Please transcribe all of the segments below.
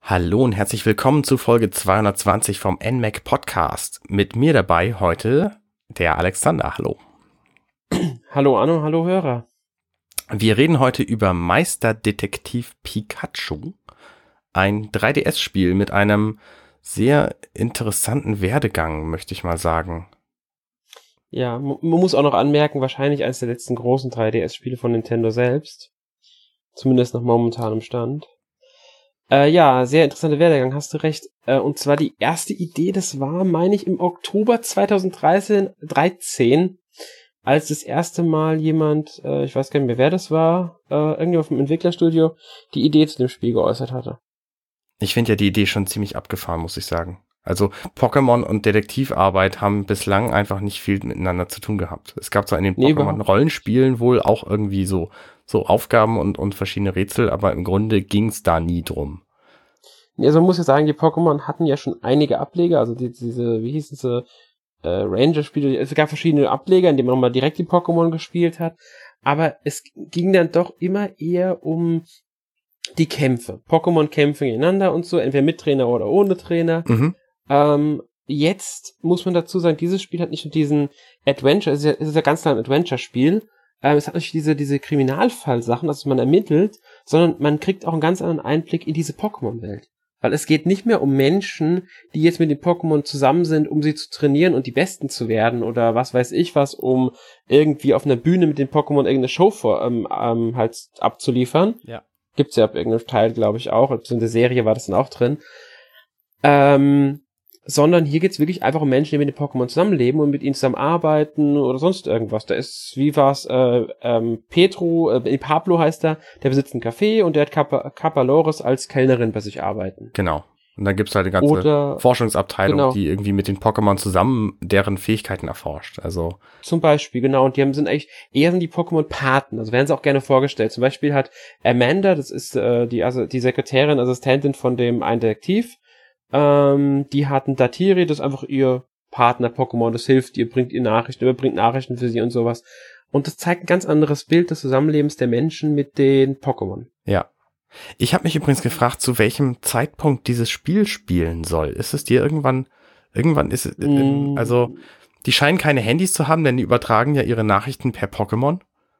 Hallo und herzlich willkommen zu Folge 220 vom NMAC Podcast. Mit mir dabei heute der Alexander. Hallo. Hallo Anno, hallo Hörer. Wir reden heute über Meisterdetektiv Pikachu, ein 3DS-Spiel mit einem sehr interessanten Werdegang, möchte ich mal sagen. Ja, man muss auch noch anmerken, wahrscheinlich eines der letzten großen 3DS-Spiele von Nintendo selbst. Zumindest nach momentanem Stand. Ja, sehr interessanter Werdegang, hast du recht. Und zwar die erste Idee, das war, meine ich, im Oktober 2013, als das erste Mal jemand, ich weiß gar nicht mehr, wer das war, irgendjemand vom Entwicklerstudio, die Idee zu dem Spiel geäußert hatte. Ich finde ja die Idee schon ziemlich abgefahren, muss ich sagen. Also Pokémon und Detektivarbeit haben bislang einfach nicht viel miteinander zu tun gehabt. Es gab zwar in den Pokémon-Rollenspielen wohl auch irgendwie so Aufgaben und verschiedene Rätsel, aber im Grunde ging es da nie drum. Also man muss ja sagen, die Pokémon hatten ja schon einige Ableger, also diese, wie hießen sie, Ranger-Spiele, es gab verschiedene Ableger, in denen man mal direkt die Pokémon gespielt hat, aber es ging dann doch immer eher um die Kämpfe. Pokémon kämpfen gegeneinander und so, entweder mit Trainer oder ohne Trainer. Mhm. Jetzt muss man dazu sagen, dieses Spiel hat nicht nur diesen Adventure, es ist ja ganz klar ein Adventure-Spiel, es hat nicht diese Kriminalfall-Sachen, also man ermittelt, sondern man kriegt auch einen ganz anderen Einblick in diese Pokémon-Welt. Weil es geht nicht mehr um Menschen, die jetzt mit den Pokémon zusammen sind, um sie zu trainieren und die Besten zu werden oder was weiß ich was, um irgendwie auf einer Bühne mit den Pokémon irgendeine Show halt abzuliefern. Ja. Gibt's ja ab irgendeinem Teil, glaube ich, auch. In der Serie war das dann auch drin. Sondern hier geht's wirklich einfach um Menschen, die mit den Pokémon zusammenleben und mit ihnen zusammenarbeiten oder sonst irgendwas. Da ist, wie war's, Pablo heißt er, der besitzt ein Café und der hat Kapalores als Kellnerin bei sich arbeiten. Genau. Und dann gibt's halt eine ganze Forschungsabteilung, die irgendwie mit den Pokémon zusammen deren Fähigkeiten erforscht. Also zum Beispiel, genau. Und sind eigentlich eher die Pokémon-Paten. Also werden sie auch gerne vorgestellt. Zum Beispiel hat Amanda, das ist die Sekretärin, Assistentin von dem einen Detektiv, die hat einen Datiri, das ist einfach ihr Partner Pokémon, das hilft ihr, bringt ihr Nachrichten, überbringt Nachrichten für sie und sowas. Und das zeigt ein ganz anderes Bild des Zusammenlebens der Menschen mit den Pokémon. Ja. Ich habe mich übrigens gefragt, zu welchem Zeitpunkt dieses Spiel spielen soll. Ist es dir irgendwann ist es, also die scheinen keine Handys zu haben, denn die übertragen ja ihre Nachrichten per Pokémon.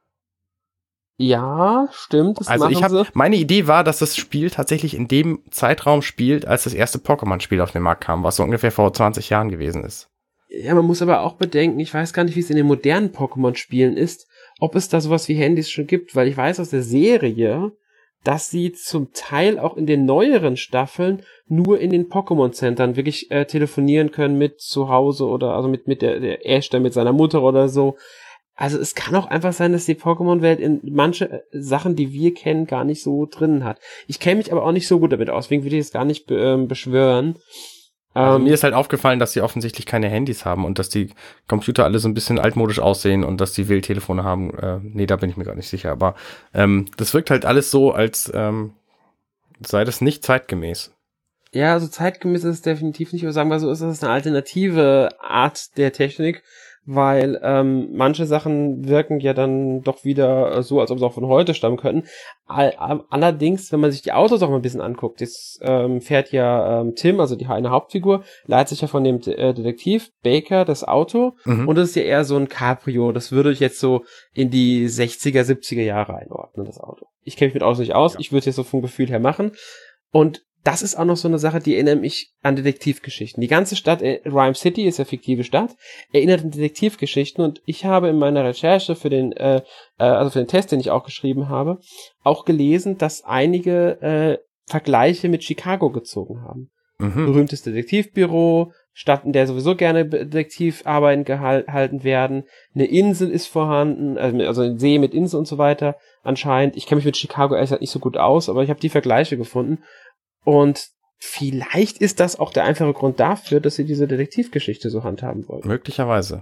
Ja, stimmt. Meine Idee war, dass das Spiel tatsächlich in dem Zeitraum spielt, als das erste Pokémon-Spiel auf den Markt kam, was so ungefähr vor 20 Jahren gewesen ist. Ja, man muss aber auch bedenken, ich weiß gar nicht, wie es in den modernen Pokémon-Spielen ist, ob es da sowas wie Handys schon gibt, weil ich weiß aus der Serie, dass sie zum Teil auch in den neueren Staffeln nur in den Pokémon-Centern wirklich telefonieren können mit zu Hause oder also mit der Ash dann mit seiner Mutter oder so. Also es kann auch einfach sein, dass die Pokémon-Welt in manche Sachen, die wir kennen, gar nicht so drin hat. Ich kenne mich aber auch nicht so gut damit aus, deswegen will ich es gar nicht beschwören. Also mir ist halt aufgefallen, dass sie offensichtlich keine Handys haben und dass die Computer alle so ein bisschen altmodisch aussehen und dass die Wähltelefone haben. Nee, da bin ich mir gar nicht sicher. Aber das wirkt halt alles so, als sei das nicht zeitgemäß. Ja, also zeitgemäß ist es definitiv nicht. Aber sagen wir so, ist es eine alternative Art der Technik, weil manche Sachen wirken ja dann doch wieder so, als ob sie auch von heute stammen könnten. Allerdings, wenn man sich die Autos auch mal ein bisschen anguckt, jetzt fährt ja Tim, also eine Hauptfigur, leitet sich ja von dem Detektiv Baker das Auto und das ist ja eher so ein Cabrio. Das würde ich jetzt so in die 60er, 70er Jahre einordnen, das Auto. Ich kenne mich mit Autos nicht aus, ich würde es jetzt so vom Gefühl her machen. Und das ist auch noch so eine Sache, die erinnert mich an Detektivgeschichten. Die ganze Stadt, Rhyme City ist ja fiktive Stadt, erinnert an Detektivgeschichten und ich habe in meiner Recherche für den Test, den ich auch geschrieben habe, auch gelesen, dass einige Vergleiche mit Chicago gezogen haben. Berühmtes Detektivbüro, Stadt, in der sowieso gerne Detektivarbeiten gehalten werden. Eine Insel ist vorhanden, also ein See mit Insel und so weiter anscheinend. Ich kenne mich mit Chicago ehrlich gesagt nicht so gut aus, aber ich habe die Vergleiche gefunden. Und vielleicht ist das auch der einfache Grund dafür, dass sie diese Detektivgeschichte so handhaben wollen. Möglicherweise.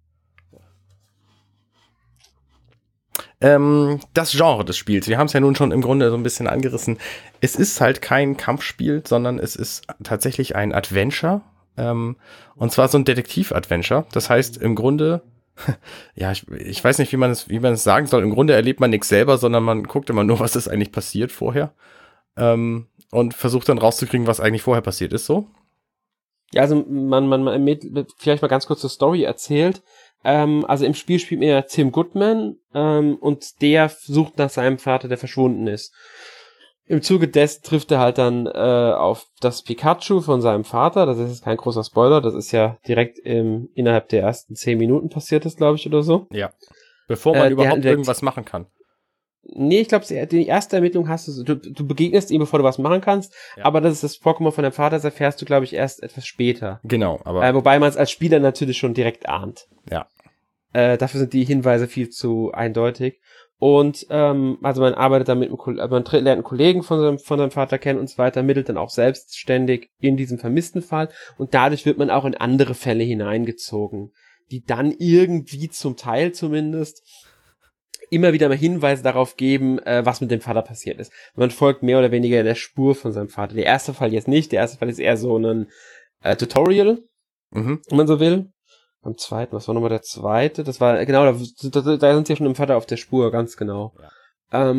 Das Genre des Spiels, wir haben es ja nun schon im Grunde so ein bisschen angerissen. Es ist halt kein Kampfspiel, sondern es ist tatsächlich ein Adventure. Und zwar so ein Detektiv-Adventure. Das heißt, im Grunde, ja, ich weiß nicht, wie man es sagen soll. Im Grunde erlebt man nichts selber, sondern man guckt immer nur, was ist eigentlich passiert vorher. und versucht dann rauszukriegen, was eigentlich vorher passiert ist, so? Ja, also man vielleicht mal ganz kurz die Story erzählt. Also im Spiel spielt man ja Tim Goodman und der sucht nach seinem Vater, der verschwunden ist. Im Zuge dessen trifft er halt dann auf das Pikachu von seinem Vater. Das ist jetzt kein großer Spoiler, das ist ja direkt innerhalb der ersten 10 Minuten passiert ist, glaube ich, oder so. Ja, bevor man überhaupt irgendwas machen kann. Nee, ich glaube, die erste Ermittlung hast du begegnest ihm, bevor du was machen kannst, aber das ist das Pokémon von deinem Vater, das erfährst du, glaube ich, erst etwas später. Genau, aber... wobei man es als Spieler natürlich schon direkt ahnt. Ja. Dafür sind die Hinweise viel zu eindeutig. Und also man arbeitet dann man lernt einen Kollegen von seinem Vater kennen und so weiter, ermittelt dann auch selbstständig in diesem vermissten Fall und dadurch wird man auch in andere Fälle hineingezogen, die dann irgendwie zum Teil zumindest immer wieder mal Hinweise darauf geben, was mit dem Vater passiert ist. Man folgt mehr oder weniger der Spur von seinem Vater. Der erste Fall jetzt nicht, der erste Fall ist eher so ein Tutorial, wenn man so will. Beim zweiten, was war nochmal der zweite? Das war, genau, da sind sie ja schon im Vater auf der Spur, ganz genau. Ja.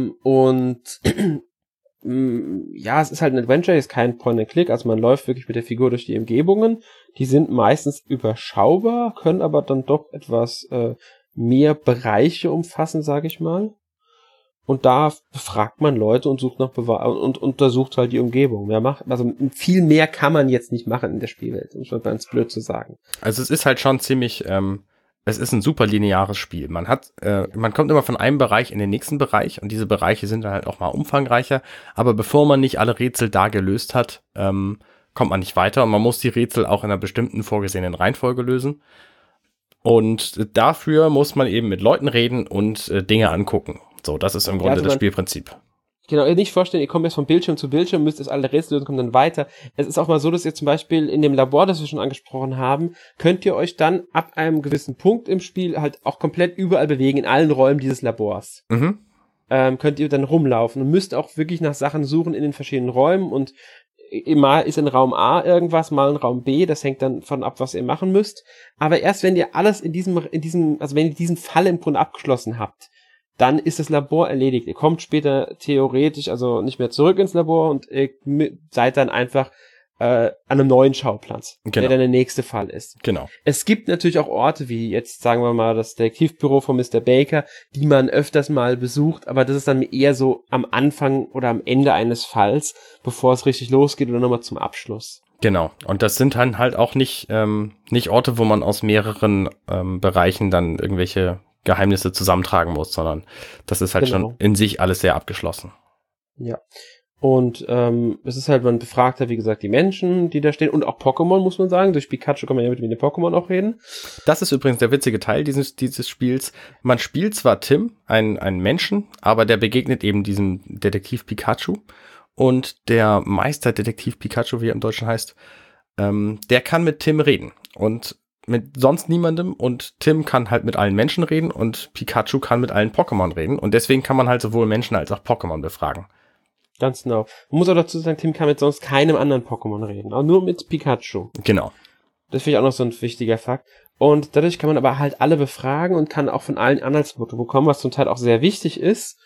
Ja, es ist halt ein Adventure, ist kein Point-and-Click, also man läuft wirklich mit der Figur durch die Umgebungen. Die sind meistens überschaubar, können aber dann doch etwas mehr Bereiche umfassen, sage ich mal. Und da befragt man Leute und sucht nach und untersucht halt die Umgebung. Also viel mehr kann man jetzt nicht machen in der Spielwelt, um es mal ganz blöd zu sagen. Also es ist halt schon ziemlich, es ist ein super lineares Spiel. Man kommt immer von einem Bereich in den nächsten Bereich und diese Bereiche sind dann halt auch mal umfangreicher. Aber bevor man nicht alle Rätsel da gelöst hat, kommt man nicht weiter und man muss die Rätsel auch in einer bestimmten vorgesehenen Reihenfolge lösen. Und dafür muss man eben mit Leuten reden und Dinge angucken. So, das ist im Grunde das Spielprinzip. Genau, ihr nicht vorstellen, ihr kommt jetzt von Bildschirm zu Bildschirm, müsst jetzt alle Rätsel lösen, kommt dann weiter. Es ist auch mal so, dass ihr zum Beispiel in dem Labor, das wir schon angesprochen haben, könnt ihr euch dann ab einem gewissen Punkt im Spiel halt auch komplett überall bewegen, in allen Räumen dieses Labors. Könnt ihr dann rumlaufen und müsst auch wirklich nach Sachen suchen in den verschiedenen Räumen und mal ist in Raum A irgendwas, mal in Raum B, das hängt dann von ab, was ihr machen müsst. Aber erst wenn ihr alles also wenn ihr diesen Fall im Grunde abgeschlossen habt, dann ist das Labor erledigt. Ihr kommt später theoretisch also nicht mehr zurück ins Labor und ihr seid dann einfach an einem neuen Schauplatz, der dann der nächste Fall ist. Genau. Es gibt natürlich auch Orte, wie jetzt sagen wir mal das Detektivbüro von Mr. Baker, die man öfters mal besucht, aber das ist dann eher so am Anfang oder am Ende eines Falls, bevor es richtig losgeht oder nochmal zum Abschluss. Genau. Und das sind dann halt auch nicht Orte, wo man aus mehreren Bereichen dann irgendwelche Geheimnisse zusammentragen muss, sondern das ist halt schon in sich alles sehr abgeschlossen. Ja. Und es ist halt, man befragt halt, wie gesagt, die Menschen, die da stehen und auch Pokémon, muss man sagen. Durch Pikachu kann man ja mit den Pokémon auch reden. Das ist übrigens der witzige Teil dieses Spiels. Man spielt zwar Tim, einen Menschen, aber der begegnet eben diesem Detektiv Pikachu. Und der Meisterdetektiv Pikachu, wie er im Deutschen heißt, der kann mit Tim reden. Und mit sonst niemandem. Und Tim kann halt mit allen Menschen reden und Pikachu kann mit allen Pokémon reden. Und deswegen kann man halt sowohl Menschen als auch Pokémon befragen. Ganz genau. Man muss auch dazu sagen, Tim kann mit sonst keinem anderen Pokémon reden, auch nur mit Pikachu. Genau. Das finde ich auch noch so ein wichtiger Fakt. Und dadurch kann man aber halt alle befragen und kann auch von allen Anhaltspunkte bekommen, was zum Teil auch sehr wichtig ist.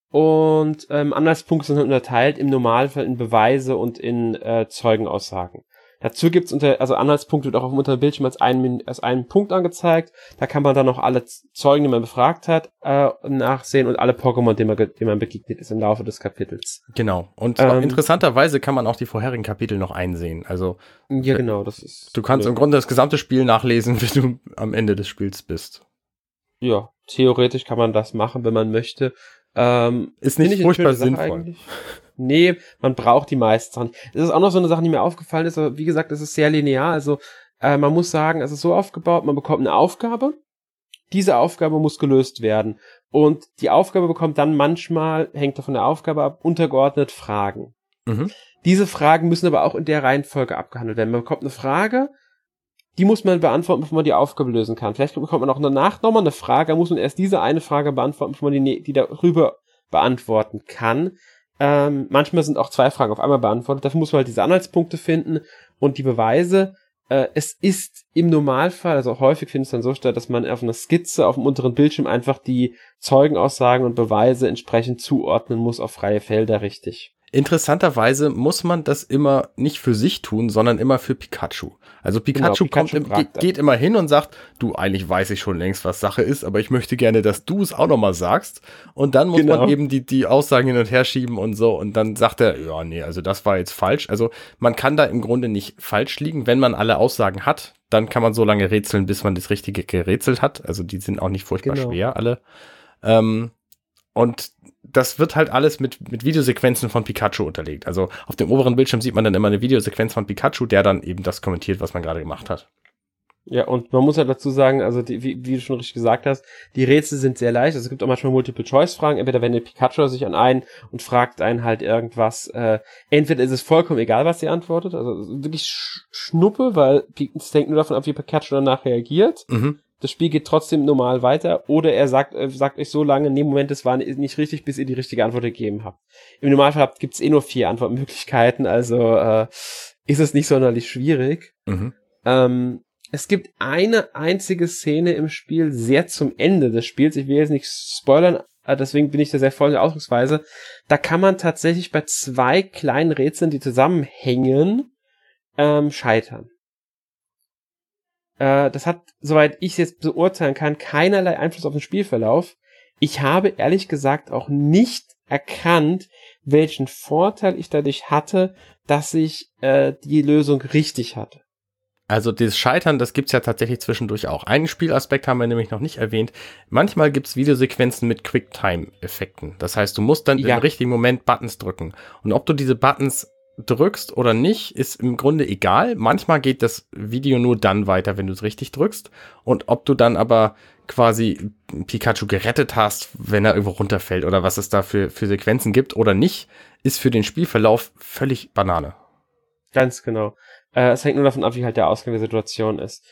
Und Anhaltspunkte sind unterteilt im Normalfall in Beweise und in Zeugenaussagen. Dazu gibt's Anhaltspunkte wird auch auf dem unteren Bildschirm als einen Punkt angezeigt. Da kann man dann noch alle Zeugen, die man befragt hat, nachsehen und alle Pokémon, denen man begegnet ist im Laufe des Kapitels. Genau. Und interessanterweise kann man auch die vorherigen Kapitel noch einsehen. Also ja, genau, das ist. Du kannst im Grunde das gesamte Spiel nachlesen, wie du am Ende des Spiels bist. Ja, theoretisch kann man das machen, wenn man möchte. Ist nicht furchtbar sinnvoll. Nee, man braucht die meisten Sachen. Das ist auch noch so eine Sache, die mir aufgefallen ist, aber wie gesagt, es ist sehr linear, also man muss sagen, es ist so aufgebaut, man bekommt eine Aufgabe, diese Aufgabe muss gelöst werden und die Aufgabe bekommt dann manchmal, hängt davon der Aufgabe ab, untergeordnet Fragen. Diese Fragen müssen aber auch in der Reihenfolge abgehandelt werden. Man bekommt eine Frage, die muss man beantworten, bevor man die Aufgabe lösen kann. Vielleicht bekommt man auch danach nochmal eine Frage, da muss man erst diese eine Frage beantworten, bevor man die darüber beantworten kann. Manchmal sind auch 2 Fragen auf einmal beantwortet. Dafür muss man halt diese Anhaltspunkte finden und die Beweise. Es ist im Normalfall, also häufig findet es dann so statt, dass man auf einer Skizze auf dem unteren Bildschirm einfach die Zeugenaussagen und Beweise entsprechend zuordnen muss auf freie Felder richtig. Interessanterweise muss man das immer nicht für sich tun, sondern immer für Pikachu. Also Pikachu geht immer hin und sagt, du, eigentlich weiß ich schon längst, was Sache ist, aber ich möchte gerne, dass du es auch nochmal sagst. Und dann muss man eben die Aussagen hin und her schieben und so. Und dann sagt er, ja, nee, also das war jetzt falsch. Also man kann da im Grunde nicht falsch liegen. Wenn man alle Aussagen hat, dann kann man so lange rätseln, bis man das Richtige gerätselt hat. Also die sind auch nicht furchtbar schwer, alle. Und das wird halt alles mit Videosequenzen von Pikachu unterlegt. Also auf dem oberen Bildschirm sieht man dann immer eine Videosequenz von Pikachu, der dann eben das kommentiert, was man gerade gemacht hat. Ja, und man muss halt dazu sagen, also wie du schon richtig gesagt hast, die Rätsel sind sehr leicht. Also es gibt auch manchmal Multiple-Choice-Fragen. Entweder wendet Pikachu sich an einen und fragt einen halt irgendwas. Entweder ist es vollkommen egal, was sie antwortet. Also wirklich Schnuppe, weil es hängt nur davon ab, wie Pikachu danach reagiert. Mhm. Das Spiel geht trotzdem normal weiter. Oder er sagt euch so lange, nee, Moment, das war nicht richtig, bis ihr die richtige Antwort gegeben habt. Im Normalfall gibt es nur 4 Antwortmöglichkeiten. Also ist es nicht sonderlich schwierig. Mhm. Es gibt eine einzige Szene im Spiel, sehr zum Ende des Spiels. Ich will jetzt nicht spoilern, deswegen bin ich da sehr voll in der Ausdrucksweise. Da kann man tatsächlich bei 2 kleinen Rätseln, die zusammenhängen, scheitern. Das hat, soweit ich es jetzt beurteilen kann, keinerlei Einfluss auf den Spielverlauf. Ich habe ehrlich gesagt auch nicht erkannt, welchen Vorteil ich dadurch hatte, dass ich die Lösung richtig hatte. Also das Scheitern, das gibt's ja tatsächlich zwischendurch auch. Einen Spielaspekt haben wir nämlich noch nicht erwähnt. Manchmal gibt's Videosequenzen mit Quicktime-Effekten. Das heißt, du musst dann im richtigen Moment Buttons drücken. Und ob du diese Buttons drückst oder nicht, ist im Grunde egal. Manchmal geht das Video nur dann weiter, wenn du es richtig drückst. Und ob du dann aber quasi Pikachu gerettet hast, wenn er irgendwo runterfällt oder was es da für Sequenzen gibt oder nicht, ist für den Spielverlauf völlig Banane. Ganz genau. Es hängt nur davon ab, wie halt der Ausgang der Situation ist.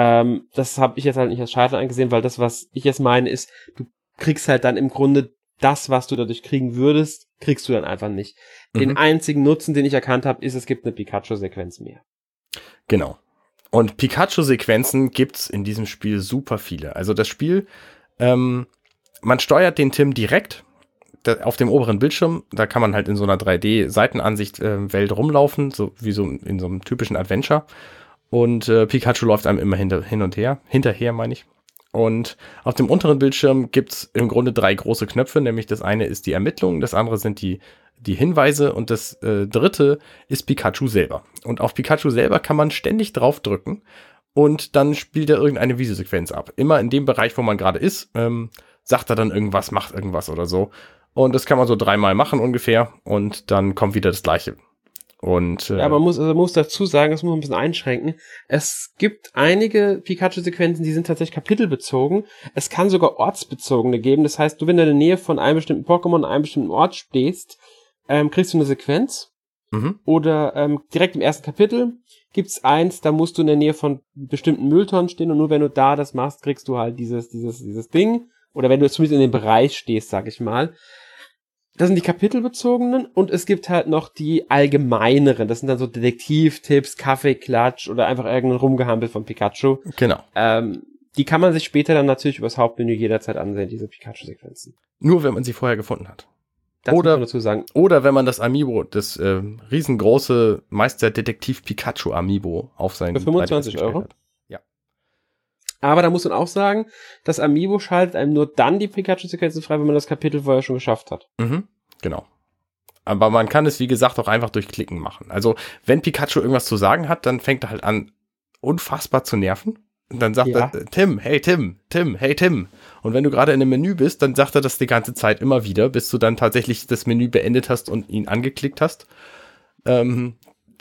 Das habe ich jetzt halt nicht als Scheitern angesehen, weil das, was ich jetzt meine, ist, du kriegst halt dann im Grunde das, was du dadurch kriegen würdest, kriegst du dann einfach nicht. Den einzigen Nutzen, den ich erkannt habe, ist, es gibt eine Pikachu-Sequenz mehr. Genau. Und Pikachu-Sequenzen gibt's in diesem Spiel super viele. Also das Spiel, man steuert den Tim direkt auf dem oberen Bildschirm. Da kann man halt in so einer 3D-Seitenansicht-Welt rumlaufen, so wie so in so einem typischen Adventure. Und Pikachu läuft einem immer hinterher meine ich. Und auf dem unteren Bildschirm gibt's im Grunde 3 große Knöpfe, nämlich das eine ist die Ermittlung, das andere sind die Hinweise und das dritte ist Pikachu selber. Und auf Pikachu selber kann man ständig draufdrücken und dann spielt er irgendeine Videosequenz ab. Immer in dem Bereich, wo man gerade ist, sagt er dann irgendwas, macht irgendwas oder so. Und das kann man so 3-mal machen ungefähr und dann kommt wieder das Gleiche. Und ja, man muss dazu sagen, das muss man ein bisschen einschränken. Es gibt einige Pikachu-Sequenzen, die sind tatsächlich kapitelbezogen. Es kann sogar ortsbezogene geben. Das heißt, wenn du in der Nähe von einem bestimmten Pokémon an einem bestimmten Ort stehst, kriegst du eine Sequenz. Mhm. Oder direkt im ersten Kapitel gibt's eins, da musst du in der Nähe von bestimmten Mülltonnen stehen und nur wenn du da das machst, kriegst du halt dieses Ding. Oder wenn du zumindest in dem Bereich stehst, sag ich mal. Das sind die kapitelbezogenen und es gibt halt noch die allgemeineren. Das sind dann so Detektivtipps, Kaffeeklatsch oder einfach irgendein Rumgehampel von Pikachu. Genau. Die kann man sich später dann natürlich übers Hauptmenü jederzeit ansehen, diese Pikachu-Sequenzen. Nur wenn man sie vorher gefunden hat. Das muss man dazu sagen. Oder wenn man das Amiibo, das riesengroße Meisterdetektiv Pikachu Amiibo auf seinen für 25 Euro hat. Ja. Aber da muss man auch sagen, das Amiibo schaltet einem nur dann die Pikachu-Sequenzen frei, wenn man das Kapitel vorher schon geschafft hat. Mhm, genau. Aber man kann es, wie gesagt, auch einfach durch Klicken machen. Also, wenn Pikachu irgendwas zu sagen hat, dann fängt er halt an, unfassbar zu nerven. Und dann sagt er, Tim, hey Tim, hey Tim. Und wenn du gerade in einem Menü bist, dann sagt er das die ganze Zeit immer wieder, bis du dann tatsächlich das Menü beendet hast und ihn angeklickt hast. Und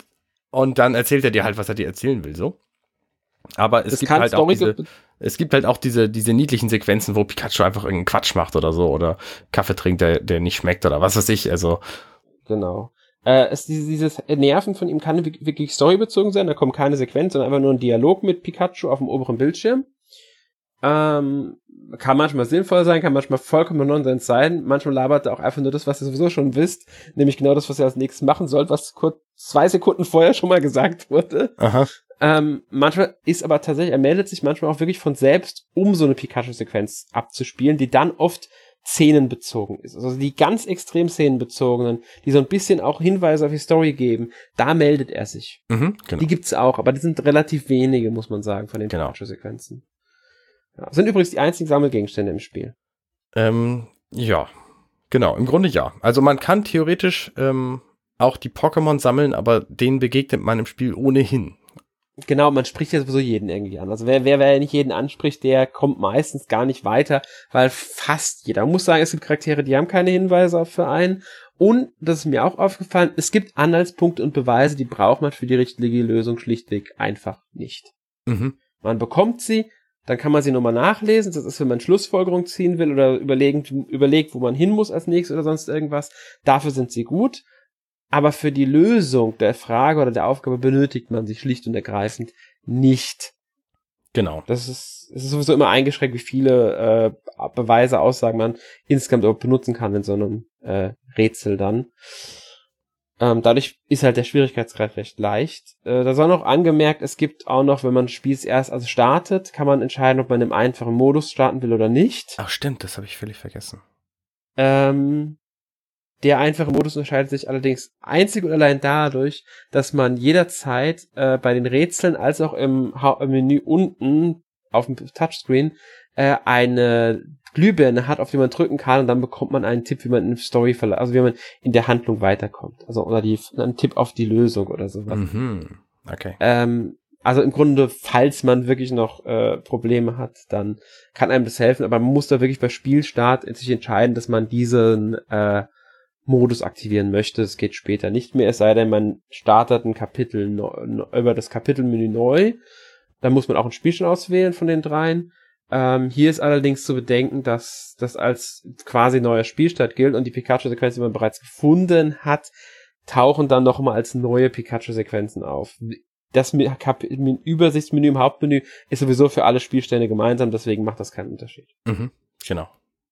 dann erzählt er dir halt, was er dir erzählen will, so. Aber es gibt halt auch diese niedlichen Sequenzen, wo Pikachu einfach irgendeinen Quatsch macht oder so, oder Kaffee trinkt, der nicht schmeckt oder was weiß ich, also. Genau. Dieses Nerven von ihm kann wirklich storybezogen sein, da kommt keine Sequenz, sondern einfach nur ein Dialog mit Pikachu auf dem oberen Bildschirm. Kann manchmal sinnvoll sein, kann manchmal vollkommen Nonsens sein, manchmal labert er auch einfach nur das, was ihr sowieso schon wisst, nämlich genau das, was ihr als nächstes machen sollt, was kurz 2 Sekunden vorher schon mal gesagt wurde. Aha. Manchmal ist aber tatsächlich, er meldet sich manchmal auch wirklich von selbst, um so eine Pikachu-Sequenz abzuspielen, die dann oft szenenbezogen ist. Also die ganz extrem szenenbezogenen, die so ein bisschen auch Hinweise auf die Story geben, da meldet er sich. Genau. Die gibt's auch, aber die sind relativ wenige, muss man sagen, von den Pikachu-Sequenzen. Ja, sind übrigens die einzigen Sammelgegenstände im Spiel. Ja, genau, im Grunde ja. Also man kann theoretisch auch die Pokémon sammeln, aber denen begegnet man im Spiel ohnehin. Genau, man spricht ja sowieso jeden irgendwie an. Also wer nicht jeden anspricht, der kommt meistens gar nicht weiter, weil fast jeder, man muss sagen, es gibt Charaktere, die haben keine Hinweise für einen. Und, das ist mir auch aufgefallen, es gibt Anhaltspunkte und Beweise, die braucht man für die richtige Lösung schlichtweg einfach nicht. Man bekommt sie, dann kann man sie nochmal nachlesen, das ist, wenn man Schlussfolgerung ziehen will oder überlegt, wo man hin muss als nächstes oder sonst irgendwas. Dafür sind sie gut. Aber für die Lösung der Frage oder der Aufgabe benötigt man sie schlicht und ergreifend nicht. Genau. Es ist sowieso immer eingeschränkt, wie viele Beweise, Aussagen man insgesamt auch benutzen kann in so einem Rätsel dann. Dadurch ist halt der Schwierigkeitsgrad recht leicht. Da soll noch angemerkt, es gibt auch noch, wenn man das Spiel erst startet, kann man entscheiden, ob man im einfachen Modus starten will oder nicht. Ach stimmt, das habe ich völlig vergessen. Der einfache Modus unterscheidet sich allerdings einzig und allein dadurch, dass man jederzeit bei den Rätseln als auch im Menü unten auf dem Touchscreen eine Glühbirne hat, auf die man drücken kann, und dann bekommt man einen Tipp, wie man in Story also wie man in der Handlung weiterkommt. Also oder einen Tipp auf die Lösung oder sowas. Okay. Also im Grunde, falls man wirklich noch Probleme hat, dann kann einem das helfen, aber man muss da wirklich bei Spielstart sich entscheiden, dass man diesen Modus aktivieren möchte. Das geht später nicht mehr, es sei denn, man startet ein Kapitel über das Kapitelmenü neu. Dann muss man auch einen Spielstand auswählen von den dreien. Hier ist allerdings zu bedenken, dass das als quasi neuer Spielstart gilt und die Pikachu-Sequenzen, die man bereits gefunden hat, tauchen dann nochmal als neue Pikachu-Sequenzen auf. Das Übersichtsmenü im Hauptmenü ist sowieso für alle Spielstände gemeinsam, deswegen macht das keinen Unterschied. Genau.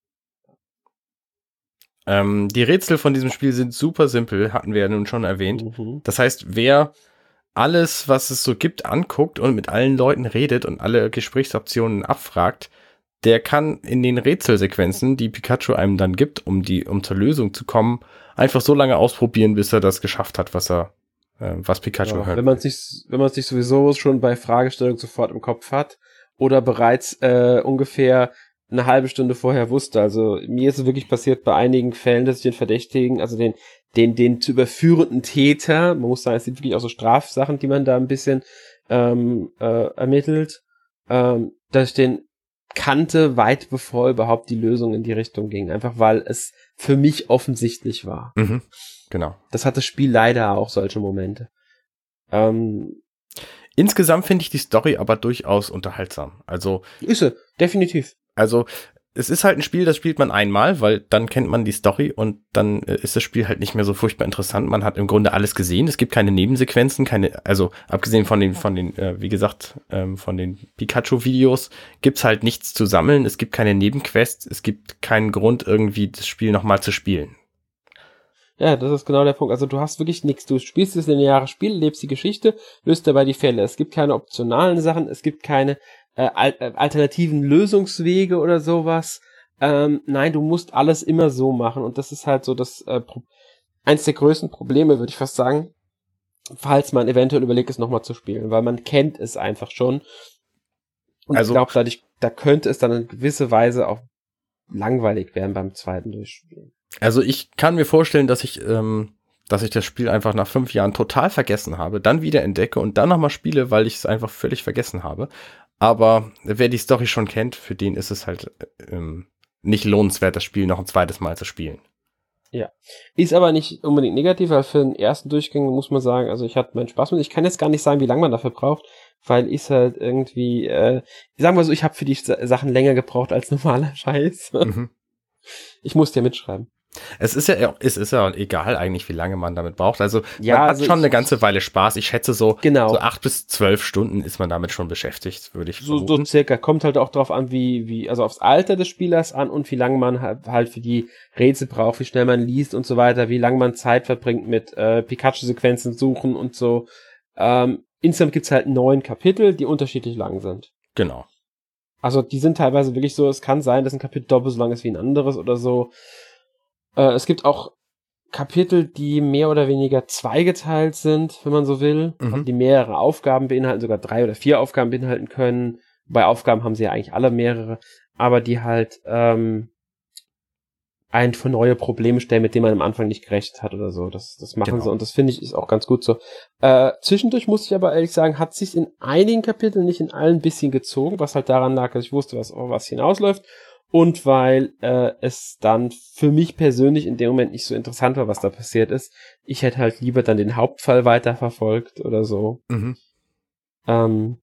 Die Rätsel von diesem Spiel sind super simpel, hatten wir ja nun schon erwähnt. Das heißt, wer alles, was es so gibt, anguckt und mit allen Leuten redet und alle Gesprächsoptionen abfragt, der kann in den Rätselsequenzen, die Pikachu einem dann gibt, um zur Lösung zu kommen, einfach so lange ausprobieren, bis er das geschafft hat, was Pikachu hört. Wenn man es nicht sowieso schon bei Fragestellung sofort im Kopf hat oder bereits ungefähr eine halbe Stunde vorher wusste. Also mir ist es wirklich passiert bei einigen Fällen, dass ich den Verdächtigen, also den zu überführenden Täter, man muss sagen, es sind wirklich auch so Strafsachen, die man da ein bisschen ermittelt, dass ich den kannte, weit bevor überhaupt die Lösung in die Richtung ging. Einfach weil es für mich offensichtlich war. Genau. Das hat das Spiel leider auch, solche Momente. Insgesamt finde ich die Story aber durchaus unterhaltsam. Also ist sie, definitiv. Also es ist halt ein Spiel, das spielt man einmal, weil dann kennt man die Story und dann ist das Spiel halt nicht mehr so furchtbar interessant. Man hat im Grunde alles gesehen. Es gibt keine Nebensequenzen, also abgesehen von den wie gesagt, von den Pikachu-Videos gibt's halt nichts zu sammeln. Es gibt keine Nebenquests. Es gibt keinen Grund, irgendwie das Spiel nochmal zu spielen. Ja, das ist genau der Punkt. Also du hast wirklich nichts. Du spielst das lineare Spiel, lebst die Geschichte, löst dabei die Fälle. Es gibt keine optionalen Sachen, es gibt keine alternativen Lösungswege oder sowas. Nein, du musst alles immer so machen. Und das ist halt so eins der größten Probleme, würde ich fast sagen, falls man eventuell überlegt, es nochmal zu spielen. Weil man kennt es einfach schon. Und ich glaube, da könnte es dann in gewisser Weise auch langweilig werden beim zweiten Durchspielen. Also ich kann mir vorstellen, dass ich das Spiel einfach nach 5 Jahren total vergessen habe, dann wieder entdecke und dann nochmal spiele, weil ich es einfach völlig vergessen habe. Aber wer die Story schon kennt, für den ist es halt nicht lohnenswert, das Spiel noch ein zweites Mal zu spielen. Ja, ist aber nicht unbedingt negativ, weil für den ersten Durchgang muss man sagen, also ich hatte meinen Spaß mit. Ich kann jetzt gar nicht sagen, wie lange man dafür braucht, weil ich halt irgendwie, sagen wir so, ich habe für die Sachen länger gebraucht als normaler Scheiß. Ich musste ja mitschreiben. Es ist ja egal eigentlich, wie lange man damit braucht. Also man hat schon eine ganze Weile Spaß. Ich schätze so 8 bis 12 Stunden ist man damit schon beschäftigt, würde ich vermuten. So circa. Kommt halt auch drauf an, also aufs Alter des Spielers an und wie lange man halt für die Rätsel braucht, wie schnell man liest und so weiter, wie lange man Zeit verbringt mit Pikachu-Sequenzen suchen und so. Insgesamt gibt's halt 9 Kapitel, die unterschiedlich lang sind. Genau. Also die sind teilweise wirklich so, es kann sein, dass ein Kapitel doppelt so lang ist wie ein anderes oder so. Es gibt auch Kapitel, die mehr oder weniger zweigeteilt sind, wenn man so will. Also die mehrere Aufgaben beinhalten, sogar 3 oder 4 Aufgaben beinhalten können. Bei Aufgaben haben sie ja eigentlich alle mehrere, aber die halt ein für neue Probleme stellen, mit denen man am Anfang nicht gerechnet hat oder so. Das machen sie und das finde ich ist auch ganz gut so. Zwischendurch muss ich aber ehrlich sagen, hat sich in einigen Kapiteln, nicht in allen, ein bisschen gezogen, was halt daran lag, dass ich wusste, was hinausläuft und weil es dann für mich persönlich in dem Moment nicht so interessant war, was da passiert ist. Ich hätte halt lieber dann den Hauptfall weiterverfolgt oder so. Aber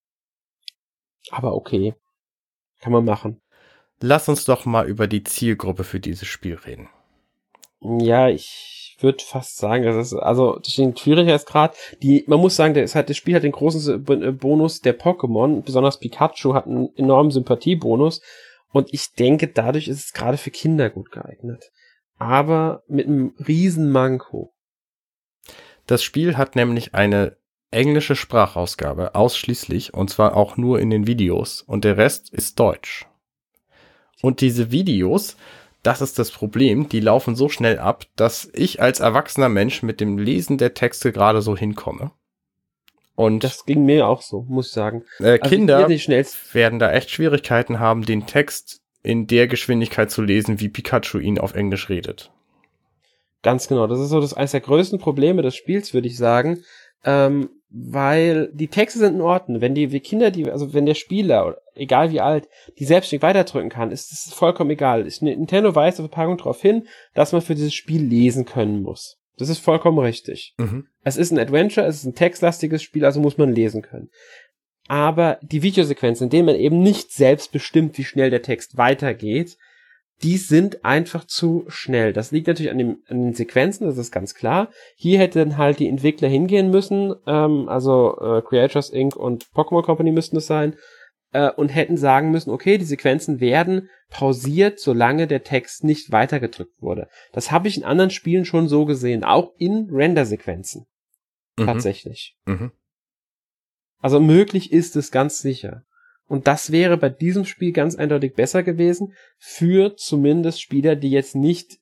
okay. Kann man machen. Lass uns doch mal über die Zielgruppe für dieses Spiel reden. Ja, ich würde fast sagen, das ist, also durch den Schwierigkeitsgrad, man muss sagen, das Spiel hat den großen Bonus der Pokémon, besonders Pikachu hat einen enormen Sympathiebonus und ich denke, dadurch ist es gerade für Kinder gut geeignet. Aber mit einem riesen Manko. Das Spiel hat nämlich eine englische Sprachausgabe, ausschließlich, und zwar auch nur in den Videos, und der Rest ist Deutsch. Und diese Videos, das ist das Problem, die laufen so schnell ab, dass ich als erwachsener Mensch mit dem Lesen der Texte gerade so hinkomme. Und das ging mir auch so, muss ich sagen. Kinder werden da echt Schwierigkeiten haben, den Text in der Geschwindigkeit zu lesen, wie Pikachu ihn auf Englisch redet. Ganz genau, das ist so eines der größten Probleme des Spiels, würde ich sagen. Weil die Texte sind in Ordnung. Wenn wenn der Spieler, egal wie alt, die selbstständig weiterdrücken kann, ist es vollkommen egal. Nintendo weist auf der Packung darauf hin, dass man für dieses Spiel lesen können muss. Das ist vollkommen richtig. Es ist ein Adventure, es ist ein textlastiges Spiel, also muss man lesen können. Aber die Videosequenzen, in denen man eben nicht selbst bestimmt, wie schnell der Text weitergeht, die sind einfach zu schnell. Das liegt natürlich an den Sequenzen, das ist ganz klar. Hier hätten halt die Entwickler hingehen müssen, Creators Inc. und Pokémon Company müssten es sein, und hätten sagen müssen, okay, die Sequenzen werden pausiert, solange der Text nicht weitergedrückt wurde. Das habe ich in anderen Spielen schon so gesehen, auch in Render-Sequenzen. Tatsächlich. Also möglich ist es ganz sicher. Und das wäre bei diesem Spiel ganz eindeutig besser gewesen, für zumindest Spieler, die jetzt nicht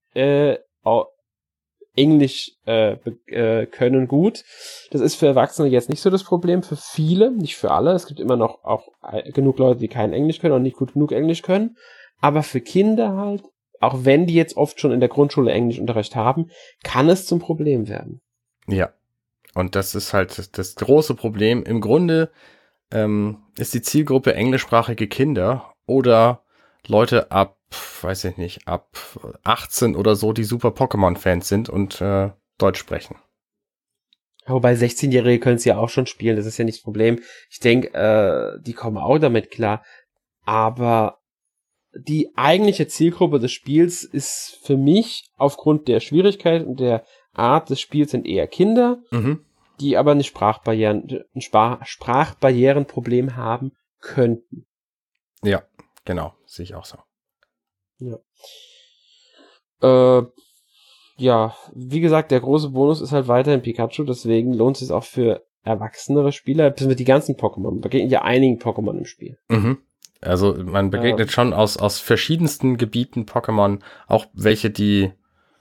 Englisch können gut. Das ist für Erwachsene jetzt nicht so das Problem, für viele, nicht für alle. Es gibt immer noch auch genug Leute, die kein Englisch können und nicht gut genug Englisch können. Aber für Kinder halt, auch wenn die jetzt oft schon in der Grundschule Englischunterricht haben, kann es zum Problem werden. Ja, und das ist halt das große Problem. Im Grunde ist die Zielgruppe englischsprachige Kinder oder Leute ab 18 oder so, die super Pokémon-Fans sind und Deutsch sprechen. Wobei 16-Jährige können es ja auch schon spielen, das ist ja nicht das Problem. Ich denke, die kommen auch damit klar. Aber die eigentliche Zielgruppe des Spiels ist für mich aufgrund der Schwierigkeit und der Art des Spiels sind eher Kinder, die aber ein Sprachbarrierenproblem haben könnten. Ja, genau, sehe ich auch so. Ja, wie gesagt, der große Bonus ist halt weiterhin Pikachu, deswegen lohnt es sich auch für erwachsenere Spieler, bis mit die ganzen Pokémon. Man begegnet ja einigen Pokémon im Spiel. Also man begegnet schon aus verschiedensten Gebieten Pokémon, auch welche, die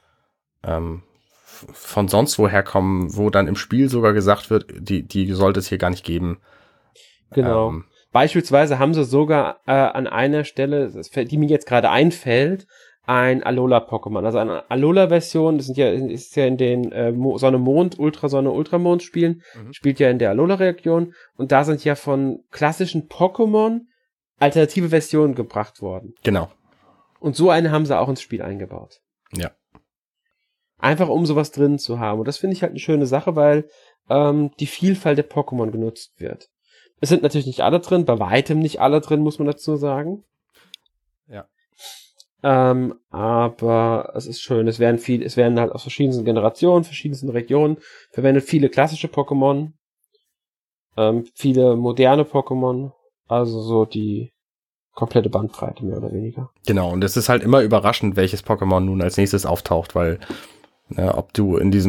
von sonst woher kommen, wo dann im Spiel sogar gesagt wird, die sollte es hier gar nicht geben. Genau. Beispielsweise haben sie sogar an einer Stelle, die mir jetzt gerade einfällt, ein Alola-Pokémon. Also eine Alola-Version, ist ja in den Sonne-Mond, Ultrasonne-Ultramond-Spielen, spielt ja in der Alola-Region. Und da sind ja von klassischen Pokémon alternative Versionen gebracht worden. Genau. Und so eine haben sie auch ins Spiel eingebaut. Ja. Einfach um sowas drin zu haben. Und das finde ich halt eine schöne Sache, weil die Vielfalt der Pokémon genutzt wird. Es sind natürlich nicht alle drin, bei weitem nicht alle drin, muss man dazu sagen. Ja. Aber es ist schön. Es werden halt aus verschiedensten Generationen, verschiedensten Regionen verwendet, viele klassische Pokémon, viele moderne Pokémon, also so die komplette Bandbreite mehr oder weniger. Genau, und es ist halt immer überraschend, welches Pokémon nun als nächstes auftaucht, weil ob du in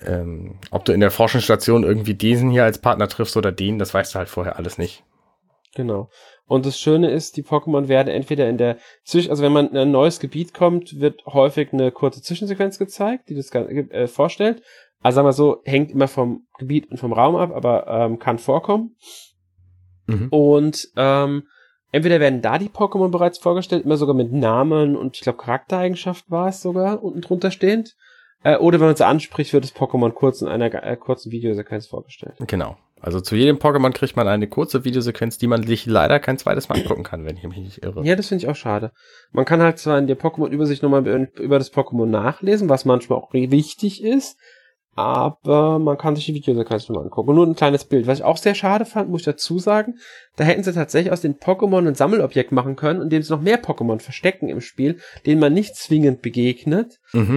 der Forschungsstation irgendwie diesen hier als Partner triffst oder den, das weißt du halt vorher alles nicht. Genau. Und das Schöne ist, die Pokémon werden entweder also wenn man in ein neues Gebiet kommt, wird häufig eine kurze Zwischensequenz gezeigt, die das vorstellt. Also sagen wir so, hängt immer vom Gebiet und vom Raum ab, aber kann vorkommen. Mhm. Und entweder werden da die Pokémon bereits vorgestellt, immer sogar mit Namen und ich glaube Charaktereigenschaften war es sogar unten drunter stehend. Oder wenn man es anspricht, wird das Pokémon kurz in einer kurzen Videosequenz vorgestellt. Genau. Also zu jedem Pokémon kriegt man eine kurze Videosequenz, die man sich leider kein zweites Mal angucken kann, wenn ich mich nicht irre. Ja, das finde ich auch schade. Man kann halt zwar in der Pokémon-Übersicht nochmal über das Pokémon nachlesen, was manchmal auch wichtig ist, aber man kann sich die Videosequenz nochmal angucken. Nur ein kleines Bild. Was ich auch sehr schade fand, muss ich dazu sagen, da hätten sie tatsächlich aus den Pokémon ein Sammelobjekt machen können, indem sie noch mehr Pokémon verstecken im Spiel, denen man nicht zwingend begegnet.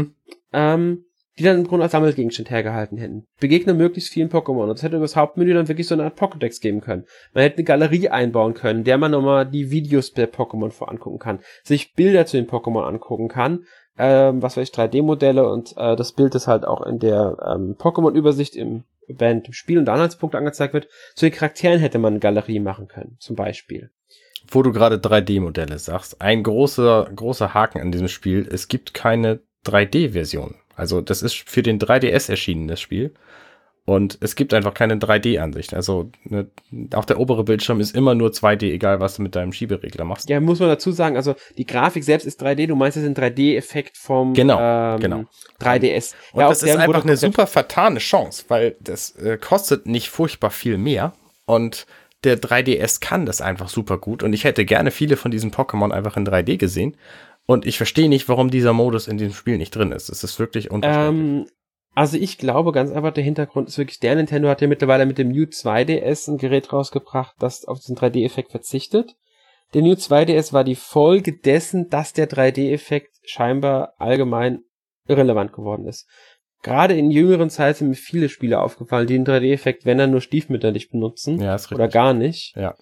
Die dann im Grunde als Sammelgegenstand hergehalten hätten. Begegne möglichst vielen Pokémon. Und es hätte über das Hauptmenü dann wirklich so eine Art Pokédex geben können. Man hätte eine Galerie einbauen können, in der man nochmal die Videos der Pokémon vorangucken kann, sich Bilder zu den Pokémon angucken kann, 3D-Modelle und das Bild, das halt auch in der Pokémon-Übersicht im Spiel und Anhaltspunkte angezeigt wird. Zu den Charakteren hätte man eine Galerie machen können, zum Beispiel. Wo du gerade 3D-Modelle sagst, ein großer Haken an diesem Spiel, es gibt keine 3D-Version. Also das ist für den 3DS erschienen, das Spiel. Und es gibt einfach keine 3D-Ansicht. Also auch der obere Bildschirm ist immer nur 2D, egal was du mit deinem Schieberegler machst. Ja, muss man dazu sagen, also die Grafik selbst ist 3D, du meinst, das ist ein 3D-Effekt vom genau. 3DS. Und ja, das ist einfach eine super vertane Chance, weil das kostet nicht furchtbar viel mehr und der 3DS kann das einfach super gut und ich hätte gerne viele von diesen Pokémon einfach in 3D gesehen. Und ich verstehe nicht, warum dieser Modus in diesem Spiel nicht drin ist. Es ist wirklich unverständlich. Also ich glaube ganz einfach, der Hintergrund ist wirklich, der Nintendo hat ja mittlerweile mit dem New 2DS ein Gerät rausgebracht, das auf diesen 3D-Effekt verzichtet. Der New 2DS war die Folge dessen, dass der 3D-Effekt scheinbar allgemein irrelevant geworden ist. Gerade in jüngeren Zeiten sind mir viele Spiele aufgefallen, die den 3D-Effekt, wenn dann nur stiefmütterlich benutzen. Ja, ist richtig. Oder gar nicht. Ja.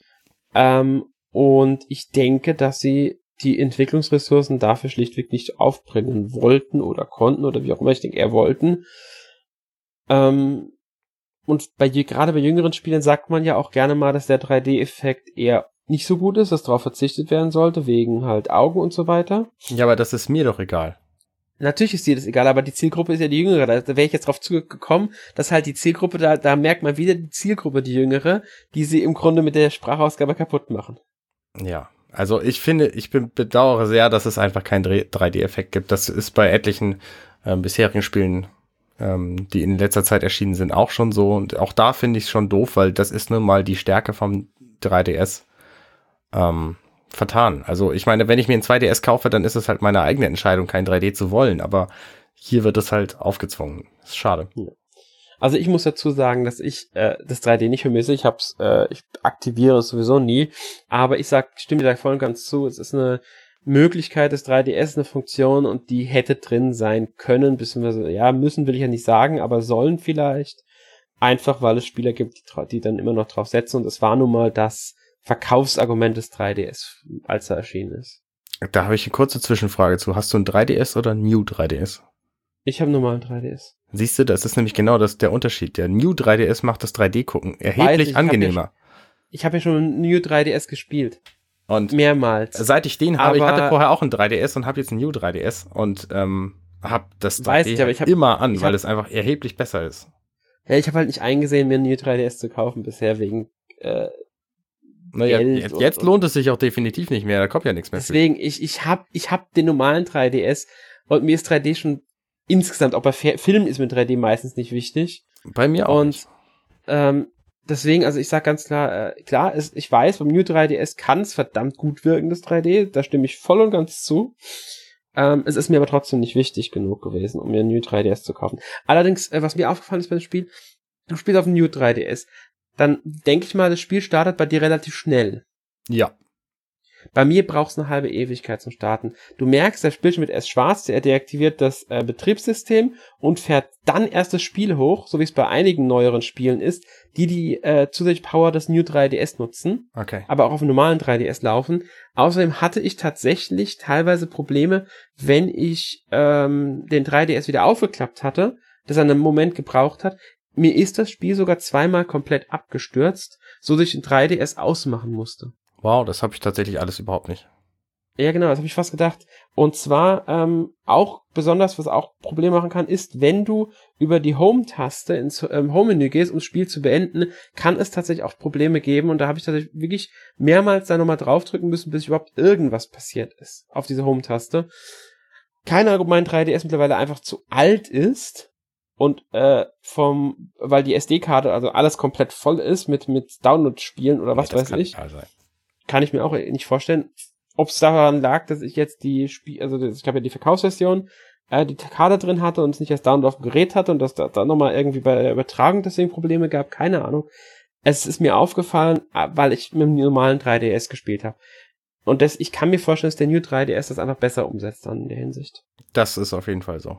Und ich denke, dass sie die Entwicklungsressourcen dafür schlichtweg nicht aufbringen wollten oder konnten oder wie auch immer, ich denke eher wollten. Und gerade bei jüngeren Spielen sagt man ja auch gerne mal, dass der 3D-Effekt eher nicht so gut ist, dass darauf verzichtet werden sollte, wegen halt Augen und so weiter. Ja, aber das ist mir doch egal. Natürlich ist dir das egal, aber die Zielgruppe ist ja die Jüngere. Da wäre ich jetzt drauf zugekommen, dass halt die Zielgruppe, da merkt man wieder die Zielgruppe, die Jüngere, die sie im Grunde mit der Sprachausgabe kaputt machen. Ja. Also ich bedauere sehr, dass es einfach keinen 3D-Effekt gibt. Das ist bei etlichen bisherigen Spielen, die in letzter Zeit erschienen sind, auch schon so. Und auch da finde ich es schon doof, weil das ist nun mal die Stärke vom 3DS vertan. Also ich meine, wenn ich mir ein 2DS kaufe, dann ist es halt meine eigene Entscheidung, kein 3D zu wollen. Aber hier wird es halt aufgezwungen. Das ist schade. Ja. Also ich muss dazu sagen, dass ich das 3D nicht vermisse. Ich aktiviere es sowieso nie. Aber ich stimme dir da voll und ganz zu. Es ist eine Möglichkeit des 3DS, eine Funktion und die hätte drin sein können. Beziehungsweise, ja, müssen will ich ja nicht sagen, aber sollen vielleicht. Einfach, weil es Spieler gibt, die dann immer noch drauf setzen. Und es war nun mal das Verkaufsargument des 3DS, als er erschienen ist. Da habe ich eine kurze Zwischenfrage zu. Hast du ein 3DS oder ein New 3DS? Ich habe normal ein 3DS. Siehst du, das ist nämlich genau der Unterschied. Der New 3DS macht das 3D-Gucken erheblich angenehmer. Ich habe ja schon ein New 3DS gespielt. Und mehrmals. Seit ich den habe, ich hatte vorher auch ein 3DS und habe jetzt ein New 3DS und habe das 3D immer an, weil es einfach erheblich besser ist. Ja, ich habe halt nicht eingesehen, mir ein New 3DS zu kaufen bisher wegen naja, jetzt lohnt es sich auch definitiv nicht mehr, da kommt ja nichts mehr. Deswegen, ich hab den normalen 3DS und mir ist 3D schon insgesamt, auch bei Filmen ist mir 3D meistens nicht wichtig. Bei mir auch nicht. Deswegen, also ich sag ganz klar, ich weiß, beim New 3DS kann es verdammt gut wirken, das 3D, da stimme ich voll und ganz zu. Es ist mir aber trotzdem nicht wichtig genug gewesen, um mir ein New 3DS zu kaufen. Allerdings, was mir aufgefallen ist beim Spiel, du spielst auf dem New 3DS, dann denke ich mal, das Spiel startet bei dir relativ schnell. Ja. Bei mir braucht es eine halbe Ewigkeit zum Starten. Du merkst, der Bildschirm wird erst schwarz, der deaktiviert das Betriebssystem und fährt dann erst das Spiel hoch, so wie es bei einigen neueren Spielen ist, die zusätzlich Power des New 3DS nutzen, okay, aber auch auf dem normalen 3DS laufen. Außerdem hatte ich tatsächlich teilweise Probleme, wenn ich den 3DS wieder aufgeklappt hatte, dass er einen Moment gebraucht hat, mir ist das Spiel sogar zweimal komplett abgestürzt, so dass ich den 3DS ausmachen musste. Wow, das habe ich tatsächlich alles überhaupt nicht. Ja, genau, das habe ich fast gedacht. Und zwar auch besonders, was auch Probleme machen kann, ist, wenn du über die Home-Taste ins Home-Menü gehst, um das Spiel zu beenden, kann es tatsächlich auch Probleme geben. Und da habe ich tatsächlich wirklich mehrmals da nochmal draufdrücken müssen, bis überhaupt irgendwas passiert ist auf diese Home-Taste. Keine Ahnung, ob mein 3DS mittlerweile einfach zu alt ist und weil die SD-Karte also alles komplett voll ist mit Download-Spielen oder was weiß ich. Kann ich mir auch nicht vorstellen. Ob es daran lag, dass ich jetzt ich habe ja die Verkaufsversion, die Karte drin hatte und es nicht als Download auf dem Gerät hatte und dass da nochmal irgendwie bei der Übertragung deswegen Probleme gab, keine Ahnung. Es ist mir aufgefallen, weil ich mit dem normalen 3DS gespielt habe. Und ich kann mir vorstellen, dass der New 3DS das einfach besser umsetzt dann in der Hinsicht. Das ist auf jeden Fall so.